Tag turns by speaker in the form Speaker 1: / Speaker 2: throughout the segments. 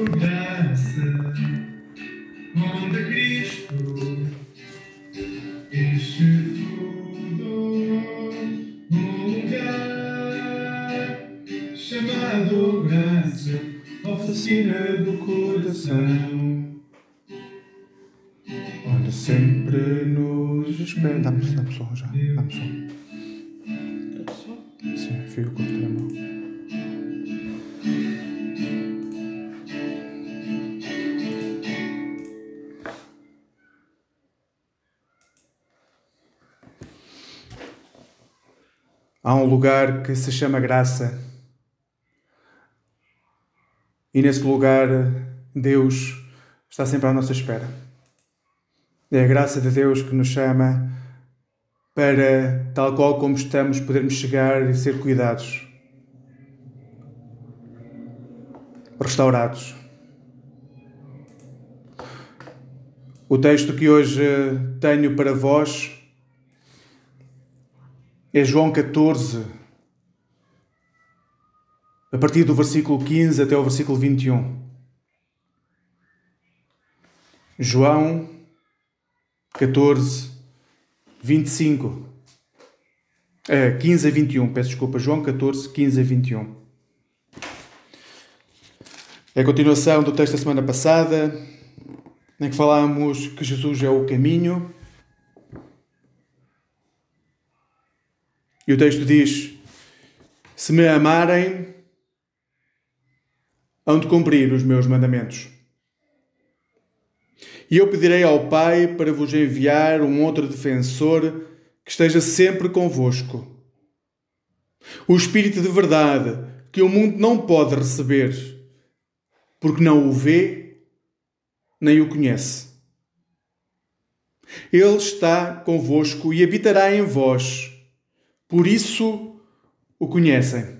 Speaker 1: graça, onde Cristo enche tudo, um lugar chamado graça, oficina do coração, onde sempre nos espera. Dá-me som já, dá-me som. Sim, fico com a mão. Há um lugar que se chama graça. E nesse lugar, Deus está sempre à nossa espera. É a graça de Deus que nos chama para, tal qual como estamos, podermos chegar e ser cuidados, restaurados. O texto que hoje tenho para vós é João 14, a partir do versículo 15 até o versículo 21. João 14, 25. 15 a 21, peço desculpa. João 14, 15 a 21. É a continuação do texto da semana passada, em que falámos que Jesus é o caminho. E o texto diz: se me amarem, hão de cumprir os meus mandamentos. E eu pedirei ao Pai para vos enviar um outro defensor que esteja sempre convosco. O Espírito de verdade, que o mundo não pode receber, porque não o vê, nem o conhece. Ele está convosco e habitará em vós. Por isso o conhecem.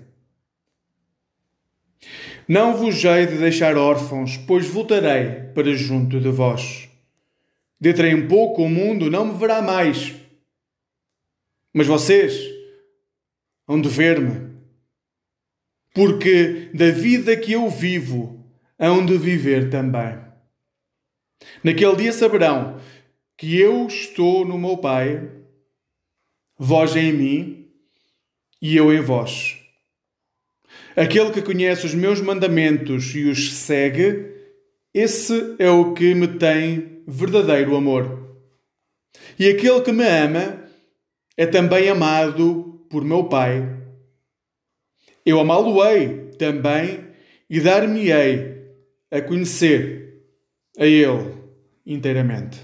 Speaker 1: Não vos hei de deixar órfãos, pois voltarei para junto de vós. Dentro em pouco o mundo não me verá mais. Mas vocês hão de ver-me, porque da vida que eu vivo, hão de viver também. Naquele dia saberão que eu estou no meu Pai, vós em mim e eu em vós. Aquele que conhece os meus mandamentos e os segue, esse é o que me tem verdadeiro amor. E aquele que me ama é também amado por meu Pai. Eu amá-lo-ei também e dar-me-ei a conhecer a Ele inteiramente.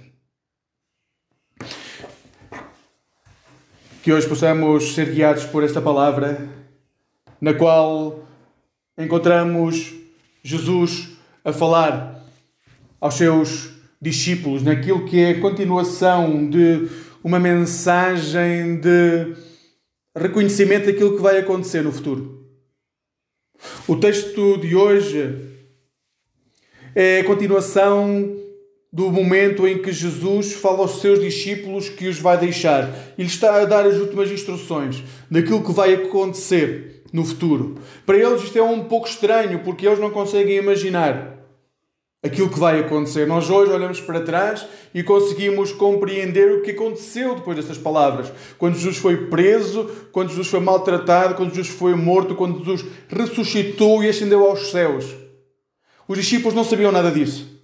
Speaker 1: Que hoje possamos ser guiados por esta palavra, na qual encontramos Jesus a falar aos seus discípulos, naquilo que é a continuação de uma mensagem de reconhecimento daquilo que vai acontecer no futuro. O texto de hoje é a continuação do momento em que Jesus fala aos seus discípulos que os vai deixar. Ele está a dar as últimas instruções daquilo que vai acontecer no futuro. Para eles isto é um pouco estranho, porque eles não conseguem imaginar aquilo que vai acontecer. Nós hoje olhamos para trás e conseguimos compreender o que aconteceu depois destas palavras. Quando Jesus foi preso, quando Jesus foi maltratado, quando Jesus foi morto, quando Jesus ressuscitou e ascendeu aos céus. Os discípulos não sabiam nada disso.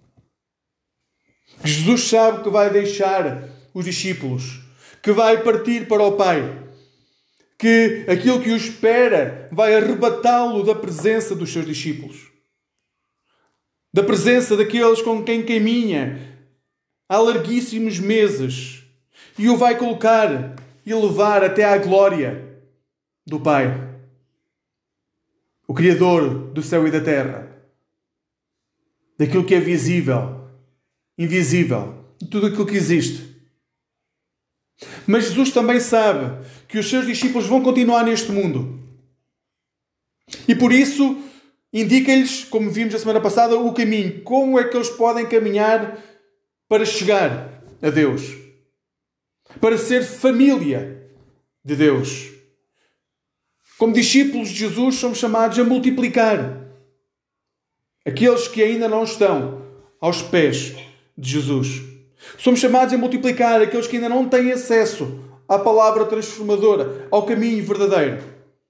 Speaker 1: Jesus sabe que vai deixar os discípulos, que vai partir para o Pai, que aquilo que o espera vai arrebatá-lo da presença dos seus discípulos, da presença daqueles com quem caminha há larguíssimos meses, e o vai colocar e levar até à glória do Pai, o Criador do céu e da terra, daquilo que é visível, invisível, de tudo aquilo que existe. Mas Jesus também sabe que os seus discípulos vão continuar neste mundo. E por isso indica-lhes, como vimos a semana passada, o caminho. Como é que eles podem caminhar para chegar a Deus? Para ser família de Deus. Como discípulos de Jesus somos chamados a multiplicar, aqueles que ainda não estão aos pés de Jesus. Somos chamados a multiplicar aqueles que ainda não têm acesso à palavra transformadora, ao caminho verdadeiro.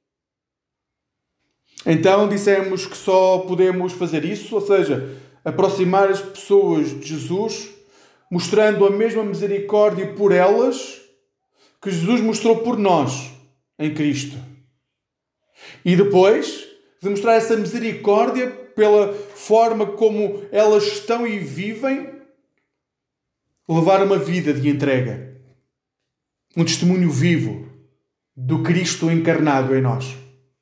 Speaker 1: Então dissemos que só podemos fazer isso, ou seja, aproximar as pessoas de Jesus, mostrando a mesma misericórdia por elas que Jesus mostrou por nós em Cristo. E depois de mostrar essa misericórdia pela forma como elas estão e vivem, levar uma vida de entrega. Um testemunho vivo do Cristo encarnado em nós.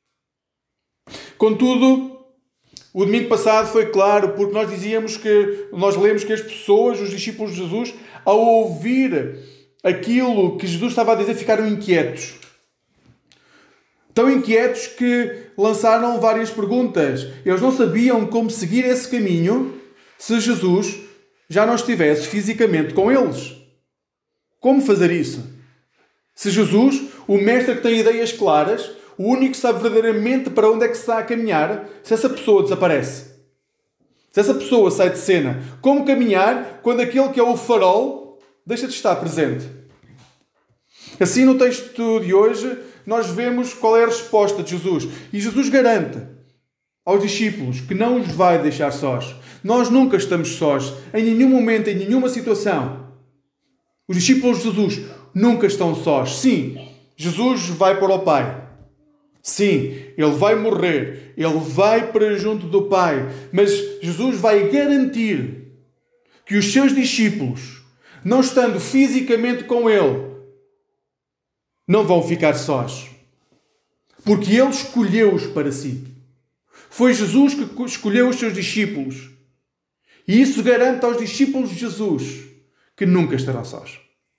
Speaker 1: Contudo, o domingo passado foi claro, porque nós lemos que as pessoas, os discípulos de Jesus, ao ouvir aquilo que Jesus estava a dizer, ficaram inquietos. Tão inquietos que lançaram várias perguntas. Eles não sabiam como seguir esse caminho se Jesus já não estivesse fisicamente com eles. Como fazer isso? Se Jesus, o mestre que tem ideias claras, o único que sabe verdadeiramente para onde é que se está a caminhar, se essa pessoa desaparece. Se essa pessoa sai de cena. Como caminhar quando aquele que é o farol deixa de estar presente? Assim, no texto de hoje, nós vemos qual é a resposta de Jesus. E Jesus garante aos discípulos que não os vai deixar sós. Nós nunca estamos sós, em nenhum momento, em nenhuma situação. Os discípulos de Jesus nunca estão sós. Sim, Jesus vai para o Pai. Sim, Ele vai morrer. Ele vai para junto do Pai. Mas Jesus vai garantir que os seus discípulos, não estando fisicamente com Ele, não vão ficar sós. Porque Ele escolheu-os para si. Foi Jesus que escolheu os seus discípulos. E isso garante aos discípulos de Jesus que nunca estarão sós.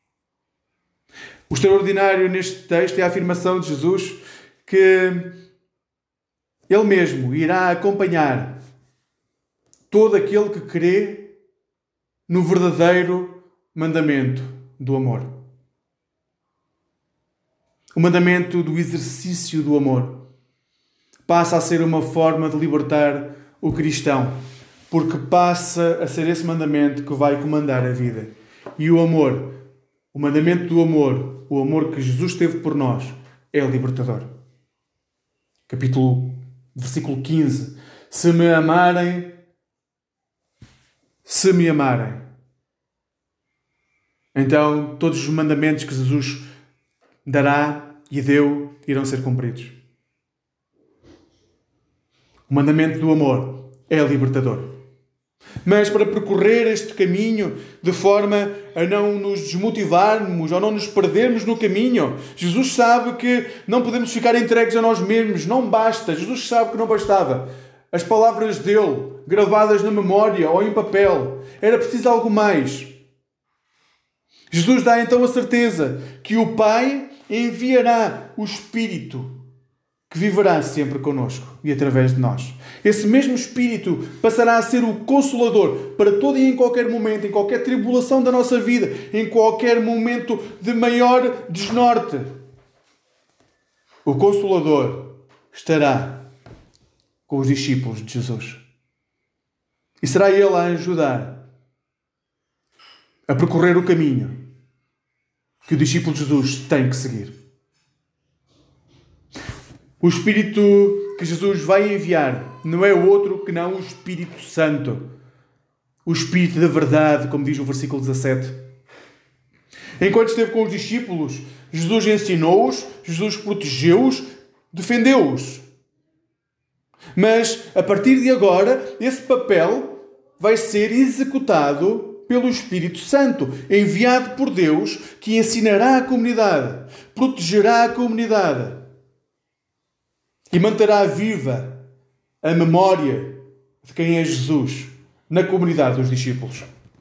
Speaker 1: O extraordinário neste texto é a afirmação de Jesus que Ele mesmo irá acompanhar todo aquele que crê no verdadeiro mandamento do amor. O mandamento do exercício do amor passa a ser uma forma de libertar o cristão, porque passa a ser esse mandamento que vai comandar a vida. E o amor, o mandamento do amor, o amor que Jesus teve por nós, é libertador. Versículo 15. Se me amarem, então todos os mandamentos que Jesus dará e deu irão ser cumpridos. O mandamento do amor é libertador. Mas para percorrer este caminho de forma a não nos desmotivarmos ou não nos perdermos no caminho, Jesus sabe que não podemos ficar entregues a nós mesmos. Não basta. Jesus sabe que não bastava as palavras dele gravadas na memória ou em papel. Era preciso algo mais. Jesus dá então a certeza que o Pai enviará o Espírito que viverá sempre connosco e através de nós. Esse mesmo Espírito passará a ser o Consolador para todo e em qualquer momento, em qualquer tribulação da nossa vida, em qualquer momento de maior desnorte. O Consolador estará com os discípulos de Jesus. E será Ele a ajudar a percorrer o caminho que o discípulo de Jesus tem que seguir. O Espírito que Jesus vai enviar não é outro que não o Espírito Santo. O Espírito da verdade, como diz o versículo 17. Enquanto esteve com os discípulos, Jesus ensinou-os, Jesus protegeu-os, defendeu-os. Mas, a partir de agora, esse papel vai ser executado pelo Espírito Santo, enviado por Deus, que ensinará a comunidade, protegerá a comunidade e manterá viva a memória de quem é Jesus na comunidade dos discípulos.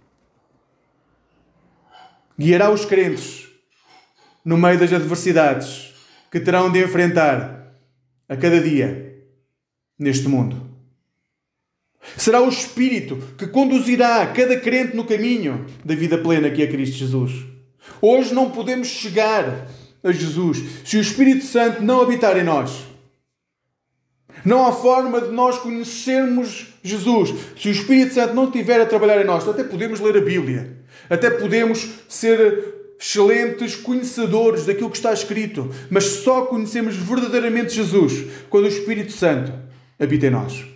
Speaker 1: Guiará os crentes no meio das adversidades que terão de enfrentar a cada dia neste mundo. Será o Espírito que conduzirá cada crente no caminho da vida plena que é Cristo Jesus. Hoje não podemos chegar a Jesus se o Espírito Santo não habitar em nós. Não há forma de nós conhecermos Jesus se o Espírito Santo não estiver a trabalhar em nós. Até podemos ler a Bíblia. Até podemos ser excelentes conhecedores daquilo que está escrito. Mas só conhecemos verdadeiramente Jesus quando o Espírito Santo habita em nós.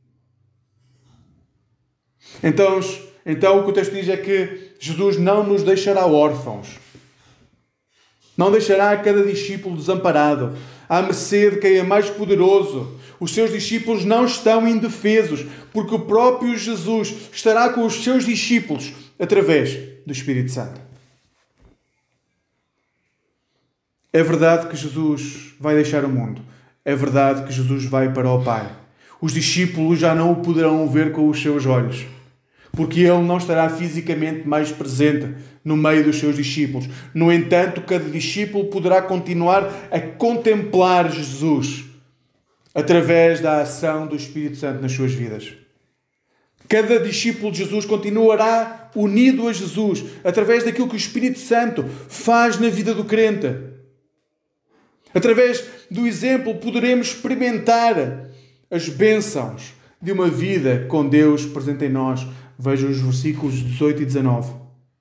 Speaker 1: Então o que o texto diz é que Jesus não nos deixará órfãos. Não deixará cada discípulo desamparado, à mercê de quem é mais poderoso. Os seus discípulos não estão indefesos, porque o próprio Jesus estará com os seus discípulos através do Espírito Santo. É verdade que Jesus vai deixar o mundo. É verdade que Jesus vai para o Pai. Os discípulos já não o poderão ver com os seus olhos, porque ele não estará fisicamente mais presente no meio dos seus discípulos. No entanto, cada discípulo poderá continuar a contemplar Jesus através da ação do Espírito Santo nas suas vidas. Cada discípulo de Jesus continuará unido a Jesus através daquilo que o Espírito Santo faz na vida do crente. Através do exemplo poderemos experimentar as bênçãos de uma vida com Deus presente em nós. Vejam os versículos 18 e 19.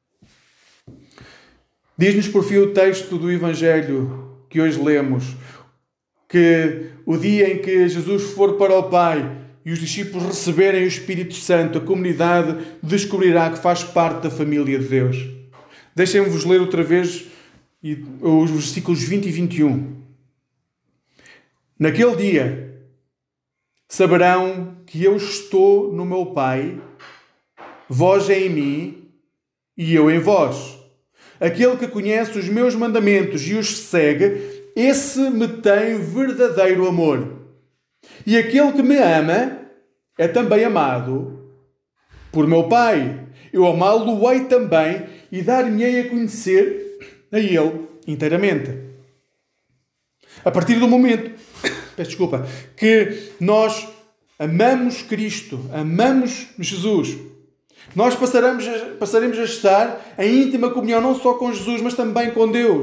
Speaker 1: Diz-nos por fim o texto do Evangelho que hoje lemos, que o dia em que Jesus for para o Pai e os discípulos receberem o Espírito Santo, a comunidade descobrirá que faz parte da família de Deus. Deixem-me-vos ler outra vez os versículos 20 e 21. Naquele dia saberão que eu estou no meu Pai, vós em mim e eu em vós. Aquele que conhece os meus mandamentos e os segue, esse me tem verdadeiro amor. E aquele que me ama é também amado por meu Pai. Eu amá-lo-ei também e dar-me-ei a conhecer a ele inteiramente. A partir do momento, que nós amamos Cristo, amamos Jesus, nós passaremos a estar em íntima comunhão não só com Jesus, mas também com Deus.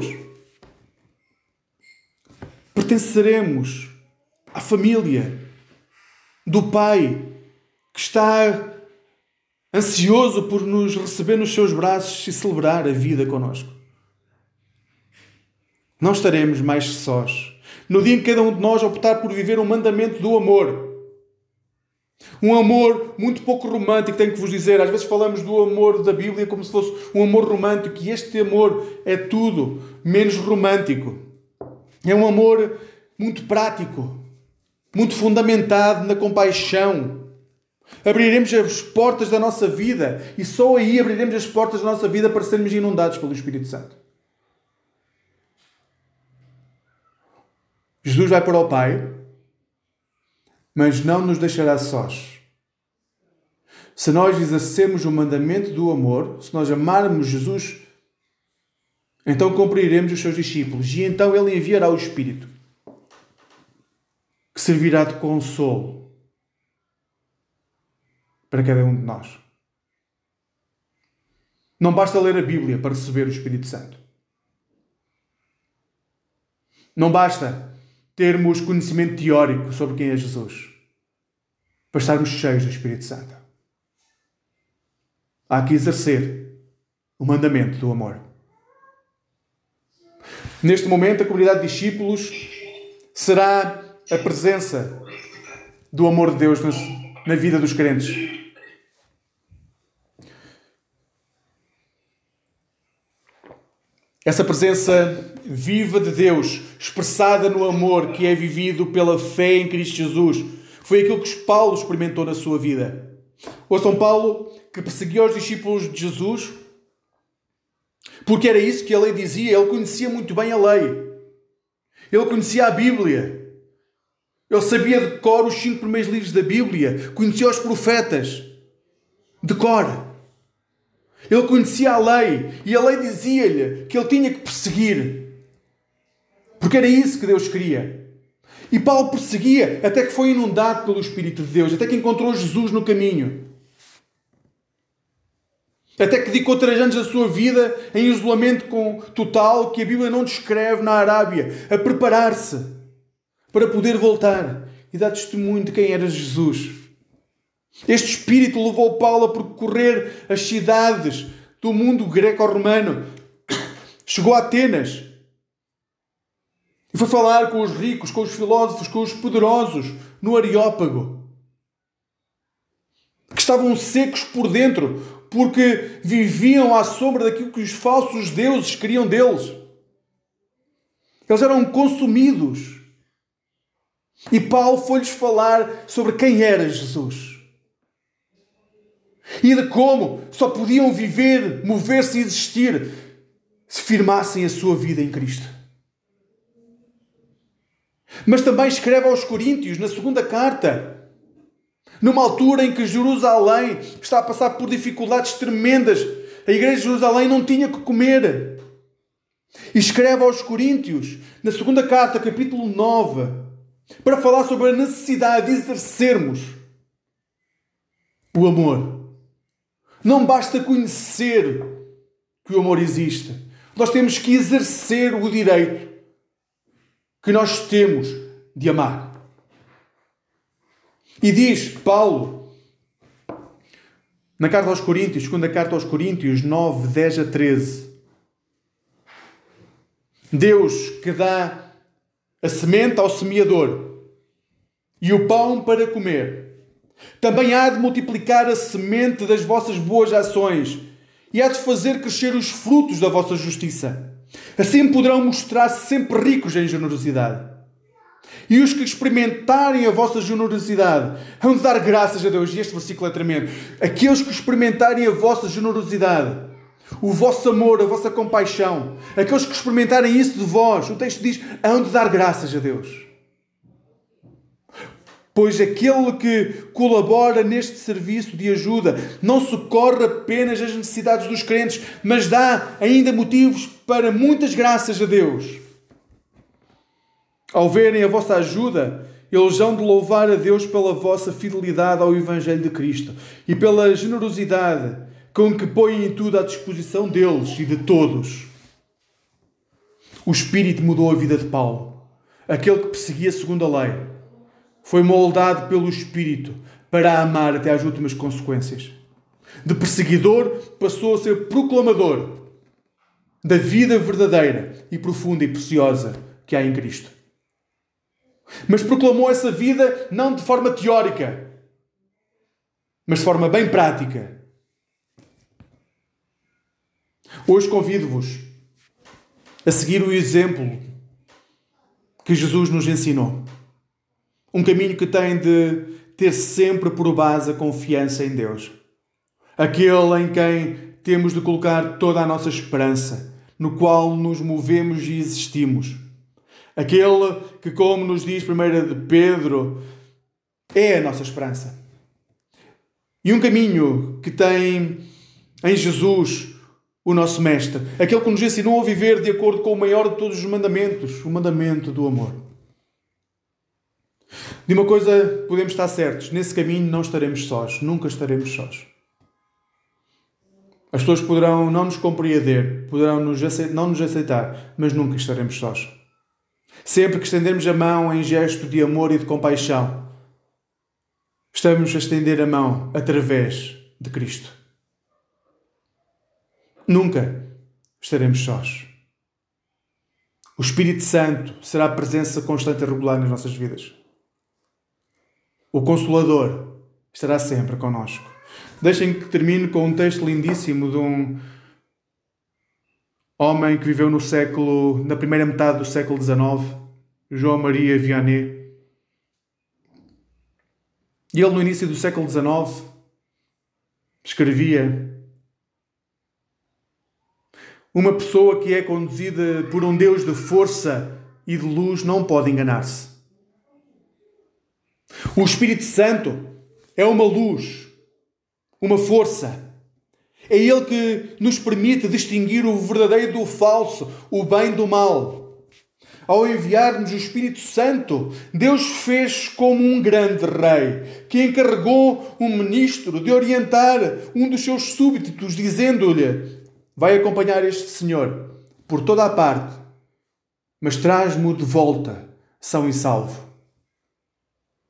Speaker 1: Pertenceremos à família do Pai, que está ansioso por nos receber nos seus braços e celebrar a vida connosco. Não estaremos mais sós. No dia em que cada um de nós optar por viver o mandamento do amor, um amor muito pouco romântico, tenho que vos dizer. Às vezes falamos do amor da Bíblia como se fosse um amor romântico, e este amor é tudo menos romântico. É um amor muito prático, muito fundamentado na compaixão. Abriremos as portas da nossa vida e só aí abriremos as portas da nossa vida para sermos inundados pelo Espírito Santo. Jesus vai para o Pai, mas não nos deixará sós. Se nós exercermos o mandamento do amor, se nós amarmos Jesus, então cumpriremos os seus discípulos e então Ele enviará o Espírito, que servirá de consolo para cada um de nós. Não basta ler a Bíblia para receber o Espírito Santo. Não basta termos conhecimento teórico sobre quem é Jesus para estarmos cheios do Espírito Santo. Há que exercer o mandamento do amor. Neste momento, a comunidade de discípulos será a presença do amor de Deus na vida dos crentes. Essa presença viva de Deus, expressada no amor que é vivido pela fé em Cristo Jesus, foi aquilo que Paulo experimentou na sua vida. Ouçam Paulo, que perseguia os discípulos de Jesus, porque era isso que a lei dizia. Ele conhecia muito bem a lei. Ele conhecia a Bíblia. Ele sabia de cor os 5 primeiros livros da Bíblia. Conhecia os profetas de cor. Ele conhecia a lei. E a lei dizia-lhe que ele tinha que perseguir. Porque era isso que Deus queria. E Paulo perseguia até que foi inundado pelo Espírito de Deus. Até que encontrou Jesus no caminho. Até que dedicou 3 anos da sua vida em isolamento total, que a Bíblia não descreve, na Arábia, a preparar-se para poder voltar. e dá testemunho de quem era Jesus. Este espírito levou Paulo a percorrer as cidades do mundo greco-romano. Chegou a Atenas e foi falar com os ricos, com os filósofos, com os poderosos no Areópago, que estavam secos por dentro porque viviam à sombra daquilo que os falsos deuses queriam deles. Eles eram consumidos. E Paulo foi-lhes falar sobre quem era Jesus. E de como só podiam viver, mover-se e existir se firmassem a sua vida em Cristo. Mas também escreve aos Coríntios, na segunda carta, numa altura em que Jerusalém está a passar por dificuldades tremendas. A igreja de Jerusalém não tinha que comer. E escreve aos Coríntios, na segunda carta, capítulo 9, para falar sobre a necessidade de exercermos o amor. Não basta conhecer que o amor existe. Nós temos que exercer o direito que nós temos de amar. E diz Paulo, na carta aos Coríntios, segunda carta aos Coríntios, 9, 10 a 13. Deus que dá a semente ao semeador e o pão para comer, também há de multiplicar a semente das vossas boas ações e há de fazer crescer os frutos da vossa justiça. Assim poderão mostrar-se sempre ricos em generosidade. E os que experimentarem a vossa generosidade hão de dar graças a Deus. E este versículo é tremendo. Aqueles que experimentarem a vossa generosidade, o vosso amor, a vossa compaixão, aqueles que experimentarem isso de vós, o texto diz, hão de dar graças a Deus. Pois aquele que colabora neste serviço de ajuda não socorre apenas as necessidades dos crentes, mas dá ainda motivos para muitas graças a Deus. Ao verem a vossa ajuda, eles hão de louvar a Deus pela vossa fidelidade ao Evangelho de Cristo e pela generosidade com que põem tudo à disposição deles e de todos. O Espírito mudou a vida de Paulo. Aquele que perseguia segundo a lei foi moldado pelo Espírito para amar até às últimas consequências. De perseguidor passou a ser proclamador da vida verdadeira e profunda e preciosa que há em Cristo. Mas proclamou essa vida não de forma teórica, mas de forma bem prática. Hoje convido-vos a seguir o exemplo que Jesus nos ensinou. Um caminho que tem de ter sempre por base a confiança em Deus. Aquele em quem temos de colocar toda a nossa esperança, no qual nos movemos e existimos. Aquele que, como nos diz 1 de Pedro, é a nossa esperança. E um caminho que tem em Jesus o nosso Mestre. Aquele que nos ensinou a viver de acordo com o maior de todos os mandamentos, o mandamento do amor. De uma coisa podemos estar certos, nesse caminho não estaremos sós, nunca estaremos sós. As pessoas poderão não nos compreender, poderão não nos aceitar, mas nunca estaremos sós. Sempre que estendermos a mão em gesto de amor e de compaixão, estamos a estender a mão através de Cristo. Nunca estaremos sós. O Espírito Santo será a presença constante e regular nas nossas vidas. O Consolador estará sempre connosco. Deixem que termine com um texto lindíssimo de um homem que viveu na primeira metade do século XIX, João Maria Vianney. E ele, no início do século XIX, escrevia: uma pessoa que é conduzida por um Deus de força e de luz não pode enganar-se. O Espírito Santo é uma luz, uma força. É Ele que nos permite distinguir o verdadeiro do falso, o bem do mal. Ao enviar-nos o Espírito Santo, Deus fez como um grande rei, que encarregou um ministro de orientar um dos seus súbditos, dizendo-lhe: vai acompanhar este senhor por toda a parte, mas traz-me-o de volta, são e salvo.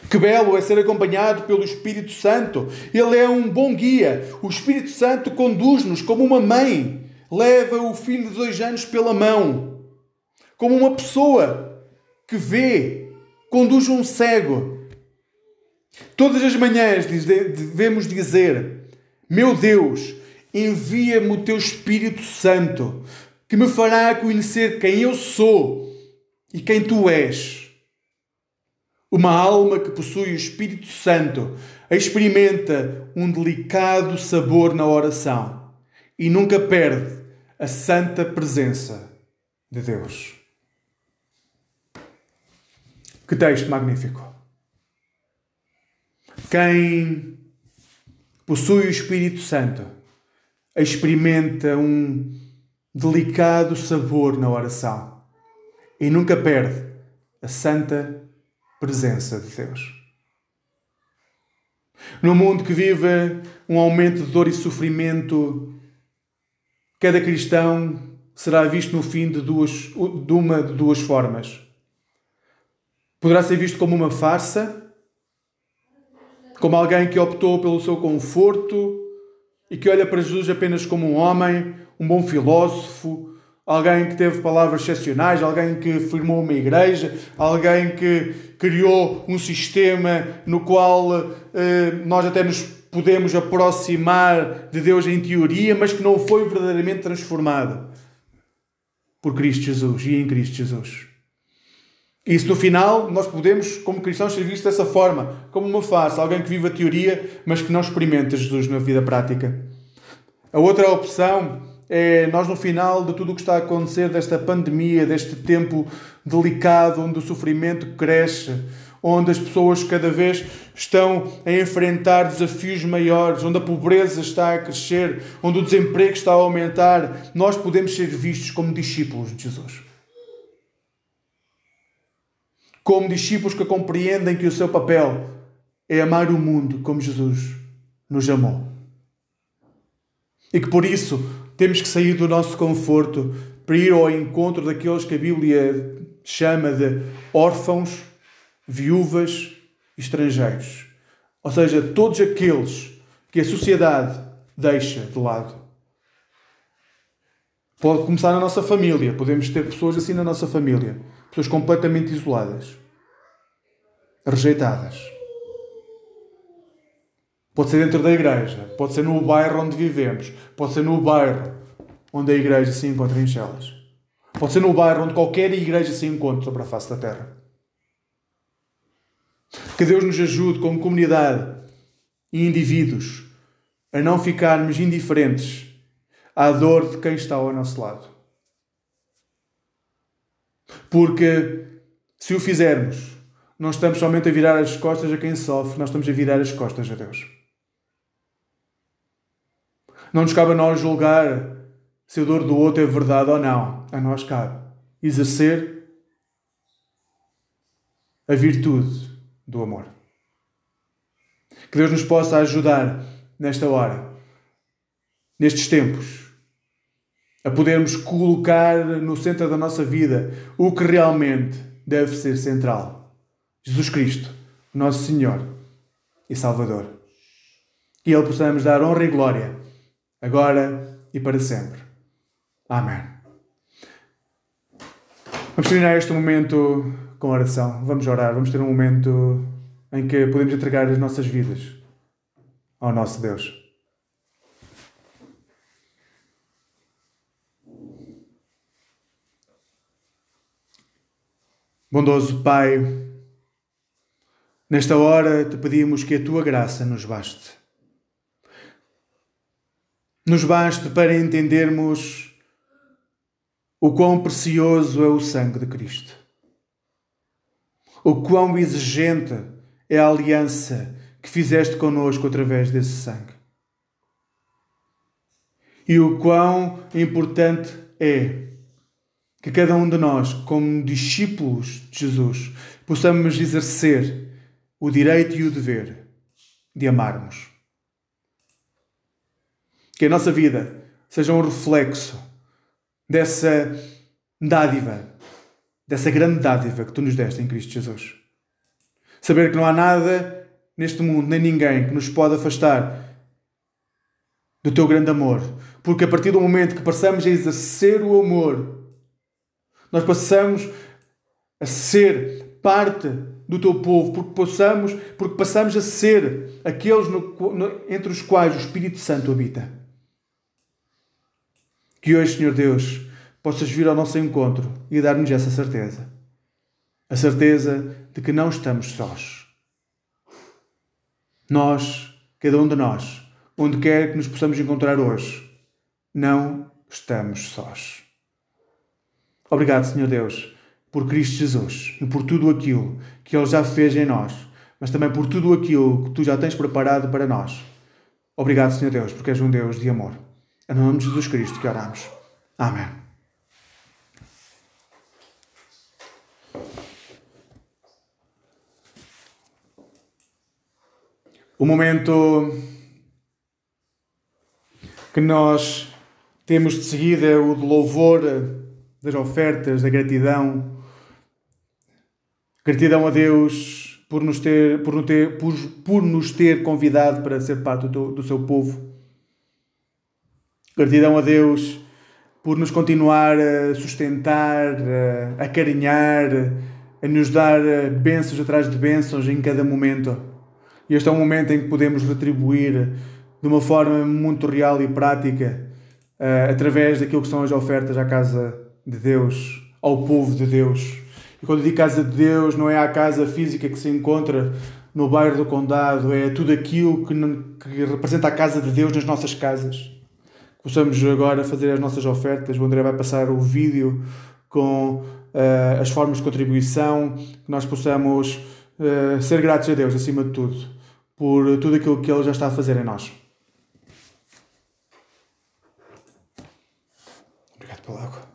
Speaker 1: Que belo é ser acompanhado pelo Espírito Santo. Ele é um bom guia. O Espírito Santo conduz-nos como uma mãe leva o filho de 2 anos pela mão. Como uma pessoa que vê, conduz um cego. Todas as manhãs devemos dizer: meu Deus, envia-me o teu Espírito Santo, que me fará conhecer quem eu sou e quem tu és. Uma alma que possui o Espírito Santo experimenta um delicado sabor na oração e nunca perde a santa presença de Deus. Que texto magnífico! Quem possui o Espírito Santo experimenta um delicado sabor na oração e nunca perde a santa presença de Deus. No mundo que vive um aumento de dor e sofrimento, cada cristão será visto no fim de uma de duas formas. Poderá ser visto como uma farsa, como alguém que optou pelo seu conforto e que olha para Jesus apenas como um homem, um bom filósofo, alguém que teve palavras excepcionais, alguém que formou uma igreja, alguém que criou um sistema no qual nós até nos podemos aproximar de Deus em teoria, mas que não foi verdadeiramente transformado por Cristo Jesus e em Cristo Jesus. E se no final nós podemos, como cristãos, ser vistos dessa forma, como uma farsa, alguém que vive a teoria, mas que não experimenta Jesus na vida prática. A outra opção é nós, no final de tudo o que está a acontecer, desta pandemia, deste tempo delicado, onde o sofrimento cresce, onde as pessoas cada vez estão a enfrentar desafios maiores, onde a pobreza está a crescer, onde o desemprego está a aumentar, nós podemos ser vistos como discípulos de Jesus. Como discípulos que compreendem que o seu papel é amar o mundo como Jesus nos amou. E que por isso temos que sair do nosso conforto para ir ao encontro daqueles que a Bíblia chama de órfãos, viúvas e estrangeiros. Ou seja, todos aqueles que a sociedade deixa de lado. Pode começar na nossa família. Podemos ter pessoas assim na nossa família. Pessoas completamente isoladas. Rejeitadas. Pode ser dentro da igreja. Pode ser no bairro onde vivemos. Pode ser no bairro onde a igreja se encontra em Chelas. Pode ser no bairro onde qualquer igreja se encontra sobre a face da terra. Que Deus nos ajude como comunidade e indivíduos a não ficarmos indiferentes à dor de quem está ao nosso lado. Porque se o fizermos, não estamos somente a virar as costas a quem sofre, nós estamos a virar as costas a Deus. Não nos cabe a nós julgar se a dor do outro é verdade ou não. A nós cabe exercer a virtude do amor. Que Deus nos possa ajudar nesta hora, nestes tempos, a podermos colocar no centro da nossa vida o que realmente deve ser central. Jesus Cristo, nosso Senhor e Salvador. Que Ele possamos dar honra e glória, agora e para sempre. Amém. Vamos terminar este momento com oração. Vamos orar. Vamos ter um momento em que podemos entregar as nossas vidas ao nosso Deus. Bondoso Pai, nesta hora te pedimos que a tua graça nos baste. Nos baste para entendermos o quão precioso é o sangue de Cristo. O quão exigente é a aliança que fizeste connosco através desse sangue. E o quão importante é que cada um de nós, como discípulos de Jesus, possamos exercer o direito e o dever de amarmos. Que a nossa vida seja um reflexo dessa dádiva, dessa grande dádiva que tu nos deste em Cristo Jesus. Saber que não há nada neste mundo, nem ninguém, que nos pode afastar do teu grande amor. Porque a partir do momento que passamos a exercer o amor, nós passamos a ser parte do teu povo, porque passamos a ser aqueles entre os quais o Espírito Santo habita. Que hoje, Senhor Deus, possas vir ao nosso encontro e dar-nos essa certeza. A certeza de que não estamos sós. Nós, cada um de nós, onde quer que nos possamos encontrar hoje, não estamos sós. Obrigado, Senhor Deus, por Cristo Jesus e por tudo aquilo que Ele já fez em nós, mas também por tudo aquilo que Tu já tens preparado para nós. Obrigado, Senhor Deus, porque és um Deus de amor. É no nome de Jesus Cristo que oramos. Amém. O momento que nós temos de seguida é o de louvor, das ofertas, da gratidão. Gratidão a Deus por nos ter convidado para ser parte do seu povo. Gratidão a Deus por nos continuar a sustentar, a acarinhar, a nos dar bênçãos atrás de bênçãos em cada momento. E este é um momento em que podemos retribuir de uma forma muito real e prática, através daquilo que são as ofertas à casa de Deus, ao povo de Deus. E quando digo casa de Deus, não é a casa física que se encontra no bairro do Condado, é tudo aquilo que representa a casa de Deus nas nossas casas. Possamos agora fazer as nossas ofertas. O André vai passar o vídeo com as formas de contribuição, que nós possamos ser gratos a Deus, acima de tudo, por tudo aquilo que Ele já está a fazer em nós. Obrigado pela água.